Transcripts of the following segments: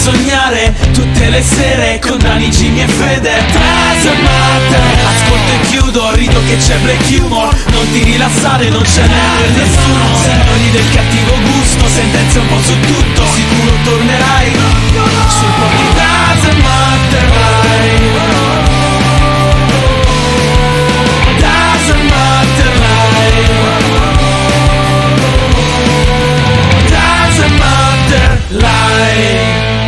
sognare tutte le sere con Dani, Jimmy e Fede. Doesn't matter. Ascolto e chiudo, rido che c'è black humor. Non ti rilassare, non c'è neanche nessuno. Simboli del cattivo gusto, sentenze un po' su tutto. Sicuro tornerai sul po' di Doesn't matter mai. Doesn't matter mai. Doesn't matter mai.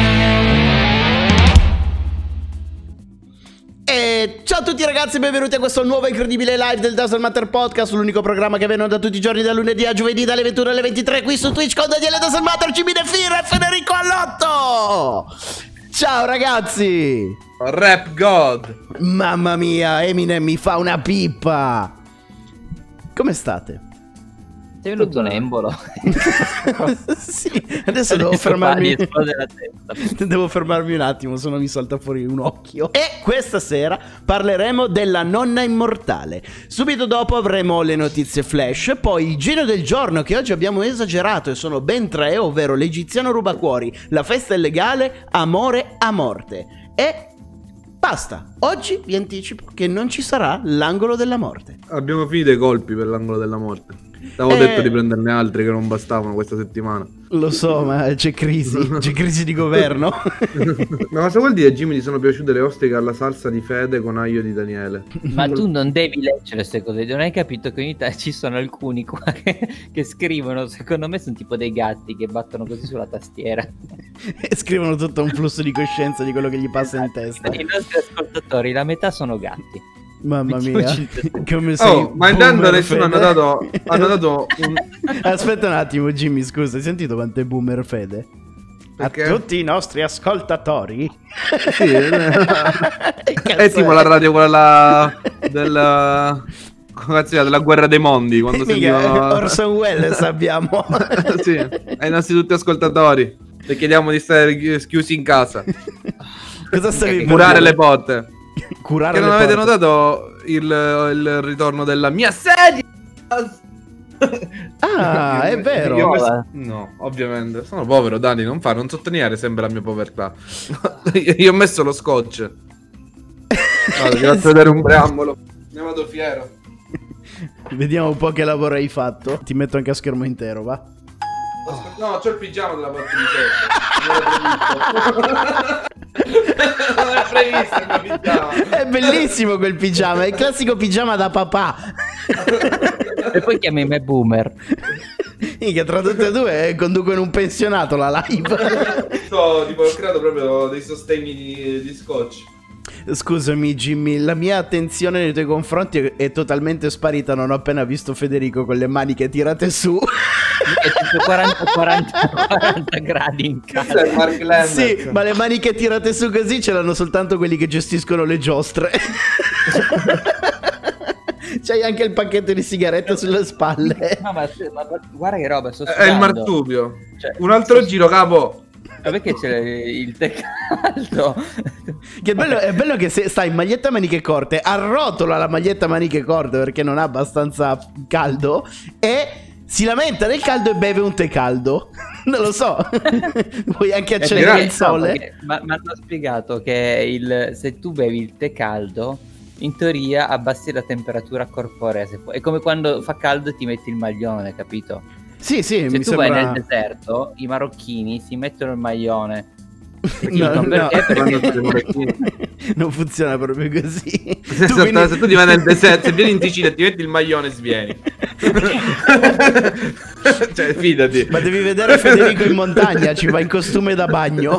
Ciao a tutti ragazzi, benvenuti a questo nuovo incredibile live del Doesn't Matter Podcast, l'unico programma che viene da tutti i giorni da lunedì a giovedì dalle 21 alle 23 qui su Twitch con Daniele Doesn't Matter, Jimmy De Fira e Federico Allotto. Ciao ragazzi. Rap God. Mamma mia, Eminem mi fa una pippa. Come state? Sei venuto un embolo. Sì, adesso devo fermarmi. Devo fermarmi un attimo, se no mi salta fuori un occhio. E questa sera parleremo della nonna immortale. Subito dopo avremo le notizie flash, poi il giro del giorno che oggi abbiamo esagerato e sono ben tre, ovvero l'egiziano rubacuori, la festa illegale, amore a morte. E basta, oggi vi anticipo che non ci sarà l'angolo della morte. Abbiamo finito i colpi per l'angolo della morte. Avevo detto di prenderne altri che non bastavano questa settimana. Lo so, ma c'è crisi di governo. Ma cosa vuol dire, Jimmy, ti sono piaciute le ostriche alla salsa di Fede con aglio di Daniele? Ma tu non devi leggere queste cose, non hai capito che in Italia ci sono alcuni qua che scrivono, secondo me sono tipo dei gatti che battono così sulla tastiera. E scrivono tutto un flusso di coscienza di quello che gli passa in testa. I nostri ascoltatori, la metà sono gatti. Mamma mia, come sei. Oh, ma intanto nessuno hanno dato un... Aspetta un attimo, Jimmy, scusa, hai sentito quanto è boomer Fede? Perché? A tutti i nostri ascoltatori. Sì, è tipo la radio quella della guerra dei mondi, quando sentivano Orson Welles abbiamo. Sì, ai nostri tutti ascoltatori le chiediamo di stare chiusi in casa. Cosa stavi Curare le botte. Curare che non le avete porte. notato il ritorno della mia sedia? Ah, è vero. No, ovviamente. Sono povero, Dani, non sottolineare sempre la mia povertà. Io ho messo lo scotch. Guarda, ti faccio vedere un preambolo. Ne vado fiero. Vediamo un po' che lavoro hai fatto. Ti metto anche a schermo intero, va? No, c'ho il pigiama della parte di sotto. Non era previsto il mio pigiama. È bellissimo quel pigiama, è il classico pigiama da papà. E poi chiami me boomer. Che tra tutte e due conducono un pensionato la live. Tipo, ho creato proprio dei sostegni di scotch. Scusami Jimmy, la mia attenzione nei tuoi confronti è totalmente sparita. Non ho appena visto Federico con le maniche tirate su. È tipo 40 gradi in casa. Sì, ma le maniche tirate su così ce l'hanno soltanto quelli che gestiscono le giostre. C'hai anche il pacchetto di sigarette sulle spalle. No, ma guarda che roba, sto È il sudando. marsupio. Cioè, un altro giro, capo. Ma perché c'è il tè caldo? Che bello, è bello che se sta in maglietta a maniche corte, arrotola la maglietta a maniche corte perché non ha abbastanza caldo e si lamenta del caldo e beve un tè caldo. Non lo so. Puoi anche accendere il sole. Ma mi hanno spiegato che se tu bevi il tè caldo, in teoria abbassi la temperatura corporea. È come quando fa caldo e ti metti il maglione, capito? Sì, Se mi tu sembra... vai nel deserto, i marocchini si mettono il maglione. No, Perché? Non funziona proprio così. Se tu ti vai nel deserto, se vieni in Sicilia e ti metti il maglione, svieni. Cioè, fidati. Ma devi vedere Federico in montagna, ci va in costume da bagno.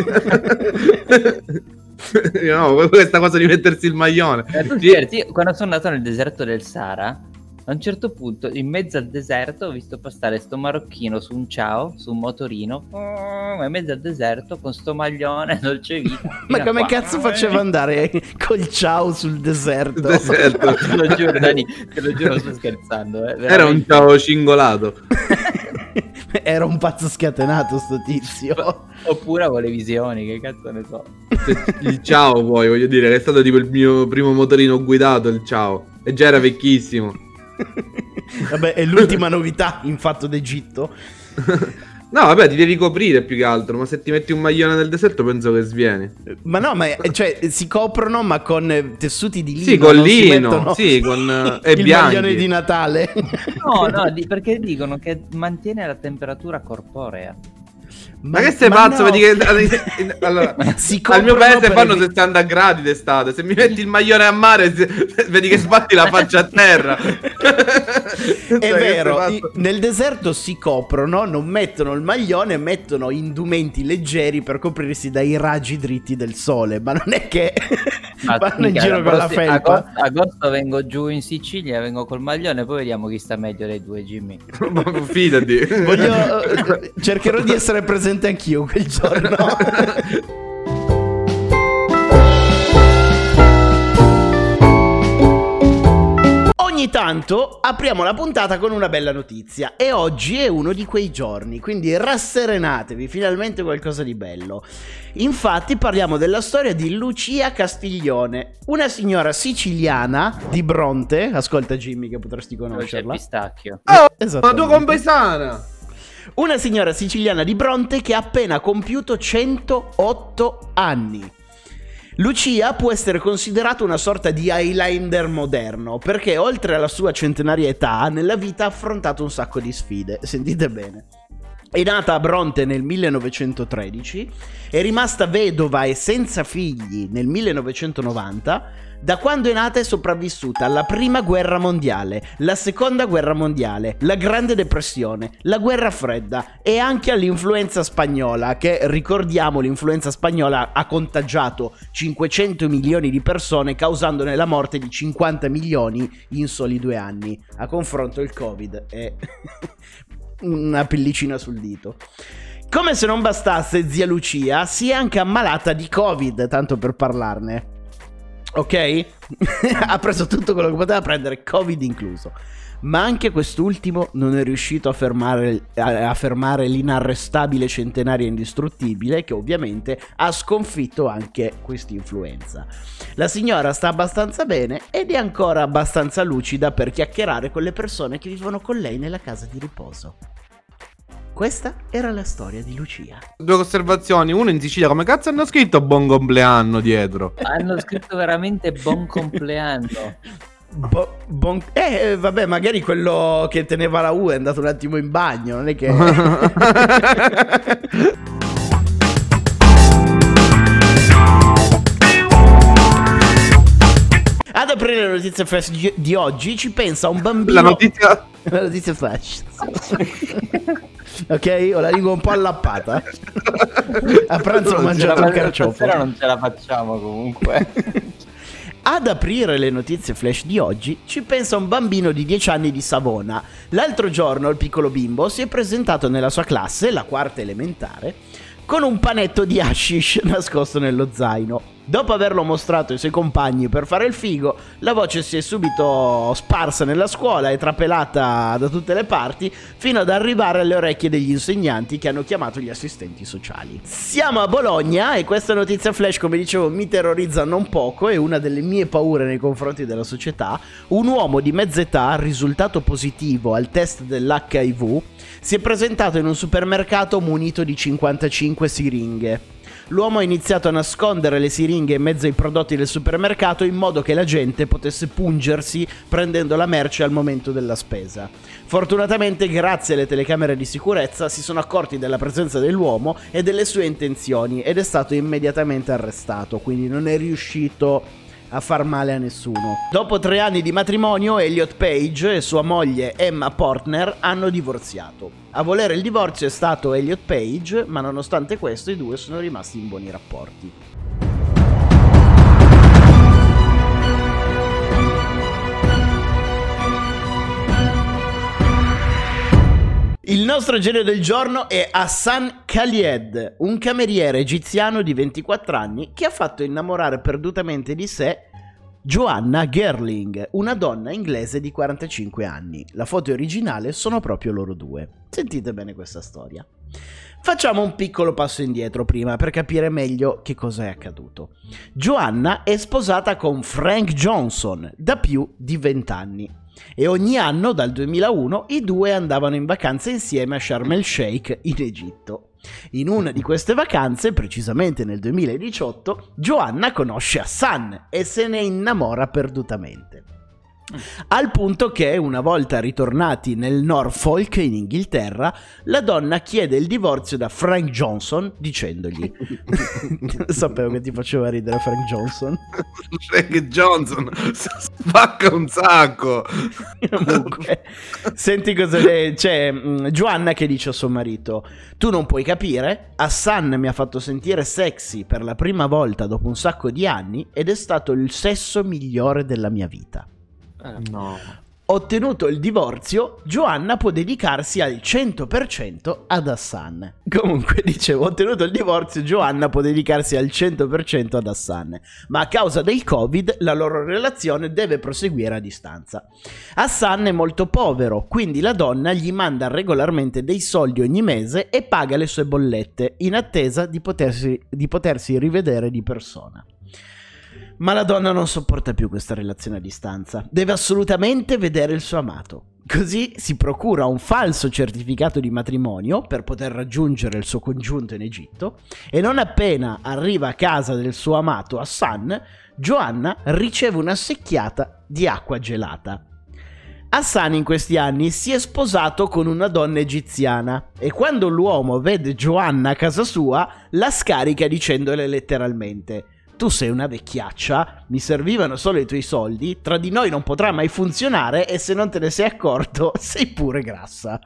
No, questa cosa di mettersi il maglione. Quando sono andato nel deserto del Sahara, a un certo punto, in mezzo al deserto, ho visto passare sto marocchino su un ciao, su un motorino, in mezzo al deserto, con sto maglione, dolce vita. Ma come cazzo faceva andare col ciao sul deserto? Te lo giuro, Dani, te lo giuro, sto scherzando. Era un ciao cingolato. Era un pazzo scatenato sto tizio. Oppure avevo le visioni, che cazzo ne so. Il ciao poi, voglio dire, che è stato tipo il mio primo motorino guidato, il ciao. E già era vecchissimo. Vabbè, è l'ultima novità in fatto d'Egitto. No, vabbè, ti devi coprire più che altro, ma se ti metti un maglione nel deserto penso che svieni. Ma no, ma cioè si coprono ma con tessuti di lino. Sì, con non si lino, mettono sì, con e il bianchi. maglione di Natale. No, perché dicono che mantiene la temperatura corporea. Ma che sei pazzo? no. Vedi che allora, Si al mio coprono paese per fanno 60 gradi d'estate. Se mi metti il maglione a mare, vedi che sbatti la faccia a terra. È vero, nel deserto si coprono, non mettono il maglione, mettono indumenti leggeri per coprirsi dai raggi dritti del sole, ma non è che vanno in giro con la felpa. Agosto vengo giù in Sicilia, vengo col maglione, poi vediamo chi sta meglio dei due, Jimmy. Fidati. Cercherò di essere presente anch'io quel giorno. Ogni tanto apriamo la puntata con una bella notizia e oggi è uno di quei giorni, quindi rasserenatevi, finalmente qualcosa di bello. Infatti parliamo della storia di Lucia Castiglione, una signora siciliana di Bronte. Ascolta Jimmy che potresti Dove c'è il conoscerla. pistacchio. Oh, la Esattamente. tua compaesana. Una signora siciliana di Bronte che ha appena compiuto 108 anni. Lucia può essere considerata una sorta di Highlander moderno, perché oltre alla sua centenaria età, nella vita ha affrontato un sacco di sfide. Sentite bene. È nata a Bronte nel 1913, è rimasta vedova e senza figli nel 1990. Da quando è nata è sopravvissuta alla Prima Guerra Mondiale, la Seconda Guerra Mondiale, la Grande Depressione, la Guerra Fredda e anche all'influenza spagnola, che ricordiamo l'influenza spagnola ha contagiato 500 milioni di persone causandone la morte di 50 milioni in soli 2 anni. A confronto il Covid è una pellicina sul dito. Come se non bastasse, zia Lucia si è anche ammalata di Covid, tanto per parlarne. Ok? Ha preso tutto quello che poteva prendere, Covid incluso. Ma anche quest'ultimo non è riuscito a fermare l'inarrestabile centenaria indistruttibile, che ovviamente ha sconfitto anche quest'influenza. La signora sta abbastanza bene ed è ancora abbastanza lucida per chiacchierare con le persone che vivono con lei nella casa di riposo. Questa era la storia di Lucia. 2 osservazioni. Uno, in Sicilia come cazzo hanno scritto buon compleanno dietro? Hanno scritto veramente buon compleanno. Vabbè, magari quello che teneva la U è andato un attimo in bagno, non è che... Ad aprire le notizie flash di oggi ci pensa un bambino... La notizia flash. Ok, ho la lingua un po' allappata. A pranzo ho mangiato un carciofo. Stasera non ce la facciamo comunque. Ad aprire le notizie flash di oggi ci pensa un bambino di 10 anni di Savona. L'altro giorno il piccolo bimbo si è presentato nella sua classe, la 4ª elementare, con un panetto di hashish nascosto nello zaino. Dopo averlo mostrato ai suoi compagni per fare il figo, la voce si è subito sparsa nella scuola e trapelata da tutte le parti, fino ad arrivare alle orecchie degli insegnanti che hanno chiamato gli assistenti sociali. Siamo a Bologna e questa notizia flash, come dicevo, mi terrorizza non poco, è una delle mie paure nei confronti della società. Un uomo di mezza età, risultato positivo al test dell'HIV, si è presentato in un supermercato munito di 55 siringhe. L'uomo ha iniziato a nascondere le siringhe in mezzo ai prodotti del supermercato in modo che la gente potesse pungersi prendendo la merce al momento della spesa. Fortunatamente, grazie alle telecamere di sicurezza, si sono accorti della presenza dell'uomo e delle sue intenzioni ed è stato immediatamente arrestato, quindi non è riuscito a far male a nessuno. Dopo 3 anni di matrimonio, Elliot Page e sua moglie Emma Portner hanno divorziato. A volere il divorzio è stato Elliot Page, ma nonostante questo i due sono rimasti in buoni rapporti. Il nostro genio del giorno è Hassan Khaled, un cameriere egiziano di 24 anni che ha fatto innamorare perdutamente di sé Joanna Gerling, una donna inglese di 45 anni. La foto originale sono proprio loro due. Sentite bene questa storia. Facciamo un piccolo passo indietro prima per capire meglio che cosa è accaduto. Joanna è sposata con Frank Johnson da più di 20 anni. e ogni anno dal 2001 i due andavano in vacanza insieme a Sharm el Sheikh in Egitto. In una di queste vacanze, precisamente nel 2018, Joanna conosce Hassan e se ne innamora perdutamente. Al punto che, una volta ritornati nel Norfolk in Inghilterra, la donna chiede il divorzio da Frank Johnson dicendogli sapevo che ti faceva ridere Frank Johnson. Frank Johnson spacca un sacco. Comunque, senti cosa c'è Joanna che dice a suo marito: tu non puoi capire, Hassan mi ha fatto sentire sexy per la prima volta dopo un sacco di anni ed è stato il sesso migliore della mia vita. No. Ottenuto il divorzio, Joanna può dedicarsi al 100% ad Hassan. Comunque, dicevo, ottenuto il divorzio, Joanna può dedicarsi al 100% ad Hassan, ma a causa del Covid la loro relazione deve proseguire a distanza. Hassan è molto povero, quindi la donna gli manda regolarmente dei soldi ogni mese e paga le sue bollette in attesa di potersi rivedere di persona. Ma la donna non sopporta più questa relazione a distanza. Deve assolutamente vedere il suo amato. Così si procura un falso certificato di matrimonio per poter raggiungere il suo congiunto in Egitto e non appena arriva a casa del suo amato Hassan, Joanna riceve una secchiata di acqua gelata. Hassan in questi anni si è sposato con una donna egiziana e quando l'uomo vede Joanna a casa sua la scarica dicendole letteralmente: tu sei una vecchiaccia, mi servivano solo i tuoi soldi, tra di noi non potrà mai funzionare e se non te ne sei accorto sei pure grassa.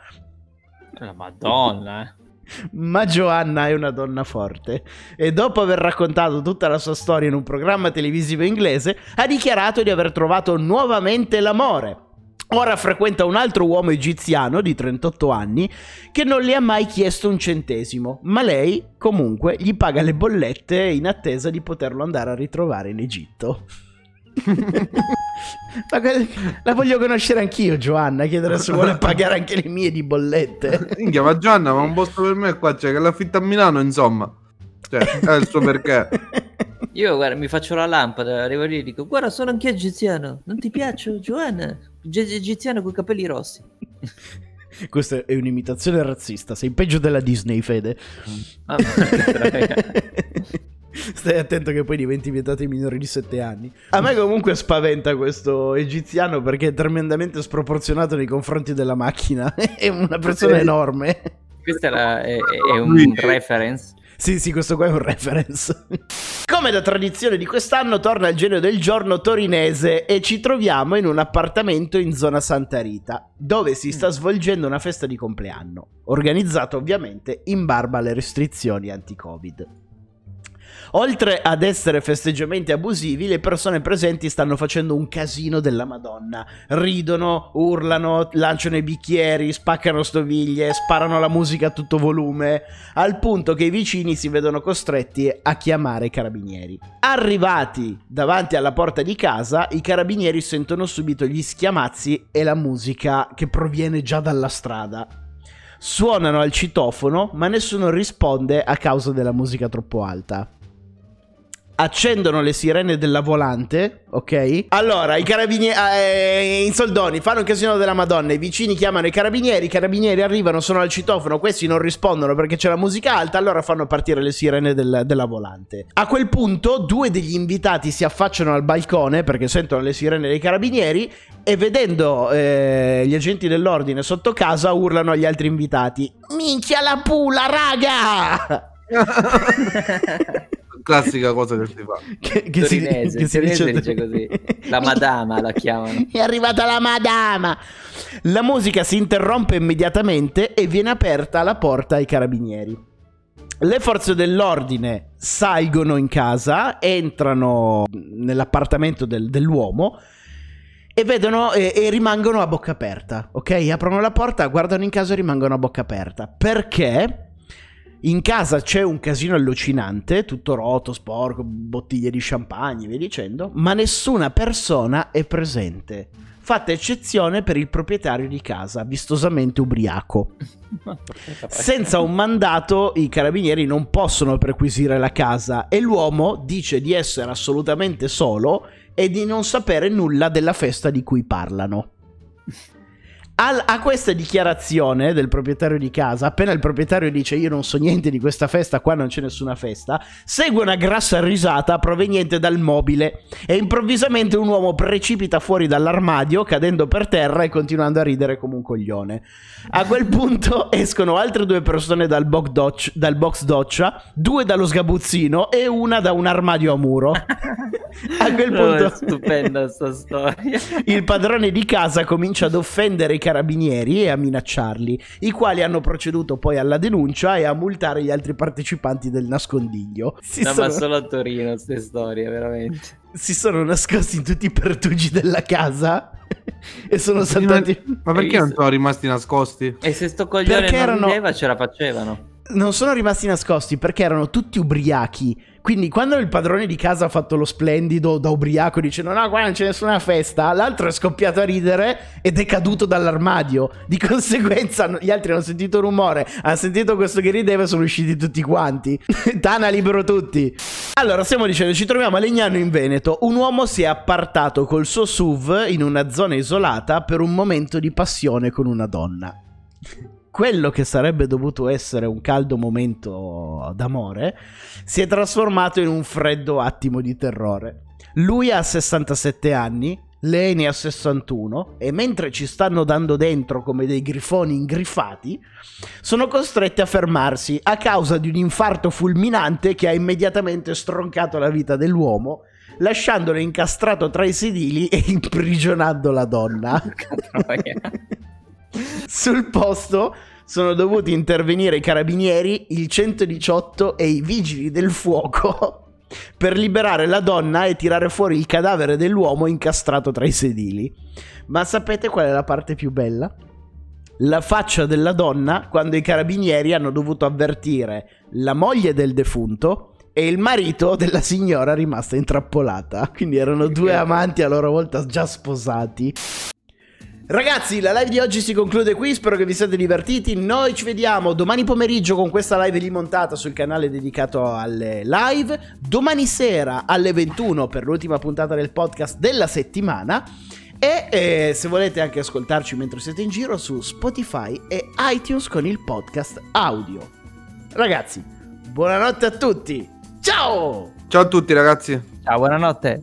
La Madonna. Ma Joanna è una donna forte e dopo aver raccontato tutta la sua storia in un programma televisivo inglese ha dichiarato di aver trovato nuovamente l'amore. Ora frequenta un altro uomo egiziano di 38 anni che non le ha mai chiesto un centesimo, ma lei comunque gli paga le bollette in attesa di poterlo andare a ritrovare in Egitto. La voglio conoscere anch'io, Joanna, chiedere se vuole pagare anche le mie di bollette. Minchia, ma Gianna, ma un posto per me qua, cioè che l'affitta a Milano, insomma. Cioè, è il suo perché. Io, guarda, mi faccio la lampada, arrivo lì e dico: guarda, sono anche egiziano, non ti piaccio, Joanna? Egiziano con i capelli rossi. Questa è un'imitazione razzista, sei peggio della Disney, Fede. Stai attento che poi diventi vietato ai minori di 7 anni. A me comunque spaventa questo egiziano perché è tremendamente sproporzionato nei confronti della macchina. È una persona enorme. Questa è un reference. Sì, questo qua è un reference. Come da tradizione di quest'anno torna il genio del giorno torinese e ci troviamo in un appartamento in zona Santa Rita, dove si sta svolgendo una festa di compleanno, organizzata ovviamente in barba alle restrizioni anti-Covid. Oltre ad essere festeggiamenti abusivi, le persone presenti stanno facendo un casino della Madonna. Ridono, urlano, lanciano i bicchieri, spaccano stoviglie, sparano la musica a tutto volume, al punto che i vicini si vedono costretti a chiamare i carabinieri. Arrivati davanti alla porta di casa, i carabinieri sentono subito gli schiamazzi e la musica che proviene già dalla strada. Suonano al citofono, ma nessuno risponde a causa della musica troppo alta. Accendono le sirene della volante, ok? Allora, i carabinieri in soldoni fanno un casino della Madonna, i vicini chiamano i carabinieri arrivano, sono al citofono, questi non rispondono perché c'è la musica alta, allora fanno partire le sirene della volante. A quel punto, due degli invitati si affacciano al balcone perché sentono le sirene dei carabinieri e vedendo gli agenti dell'ordine sotto casa urlano agli altri invitati: minchia la pula, raga! Classica cosa che si fa. Che si dice così. La madama la chiamano. È arrivata la madama. La musica si interrompe immediatamente e viene aperta la porta ai carabinieri. Le forze dell'ordine salgono in casa, entrano nell'appartamento dell'uomo e vedono e rimangono a bocca aperta. Ok? Aprono la porta, guardano in casa e rimangono a bocca aperta. Perché? In casa c'è un casino allucinante, tutto rotto, sporco, bottiglie di champagne, via dicendo, ma nessuna persona è presente. Fatta eccezione per il proprietario di casa, vistosamente ubriaco. Senza un mandato, i carabinieri non possono perquisire la casa e l'uomo dice di essere assolutamente solo e di non sapere nulla della festa di cui parlano. A questa dichiarazione del proprietario di casa, appena il proprietario dice io non so niente di questa festa, qua non c'è nessuna festa, segue una grassa risata proveniente dal mobile e improvvisamente un uomo precipita fuori dall'armadio cadendo per terra e continuando a ridere come un coglione. A quel punto escono altre 2 persone dal box doccia, 2 dallo sgabuzzino e una da un armadio a muro. A quel punto è stupenda sta storia. Il padrone di casa comincia ad offendere i carabinieri e a minacciarli, i quali hanno proceduto poi alla denuncia e a multare gli altri partecipanti del nascondiglio. Ma solo a Torino queste storie, veramente. Si sono nascosti in tutti i pertugi della casa e sono saltati. Ma perché non sono rimasti nascosti? E se sto coglione Perché non rideva, ce la facevano. Non sono rimasti nascosti perché erano tutti ubriachi. Quindi quando il padrone di casa ha fatto lo splendido da ubriaco dicendo no, qua non c'è nessuna festa, l'altro è scoppiato a ridere ed è caduto dall'armadio. Di conseguenza gli altri hanno sentito rumore, hanno sentito questo che rideva e sono usciti tutti quanti. Tana libero tutti. Allora, stiamo dicendo, ci troviamo a Legnano in Veneto. Un uomo si è appartato col suo SUV in una zona isolata per un momento di passione con una donna. Quello che sarebbe dovuto essere un caldo momento d'amore si è trasformato in un freddo attimo di terrore. Lui ha 67 anni, lei ne ha 61 e mentre ci stanno dando dentro come dei grifoni ingriffati, sono costretti a fermarsi a causa di un infarto fulminante che ha immediatamente stroncato la vita dell'uomo, lasciandolo incastrato tra i sedili e imprigionando la donna. Sul posto sono dovuti intervenire i carabinieri, il 118 e i vigili del fuoco per liberare la donna e tirare fuori il cadavere dell'uomo incastrato tra i sedili. Ma sapete qual è la parte più bella? La faccia della donna quando i carabinieri hanno dovuto avvertire la moglie del defunto e il marito della signora rimasta intrappolata. Quindi erano 2 amanti a loro volta già sposati. Ragazzi, la live di oggi si conclude qui, spero che vi siate divertiti. Noi ci vediamo domani pomeriggio con questa live rimontata sul canale dedicato alle live, domani sera alle 21 per l'ultima puntata del podcast della settimana e se volete anche ascoltarci mentre siete in giro su Spotify e iTunes con il podcast audio. Ragazzi, buonanotte a tutti, ciao! Ciao a tutti ragazzi. Ciao, buonanotte.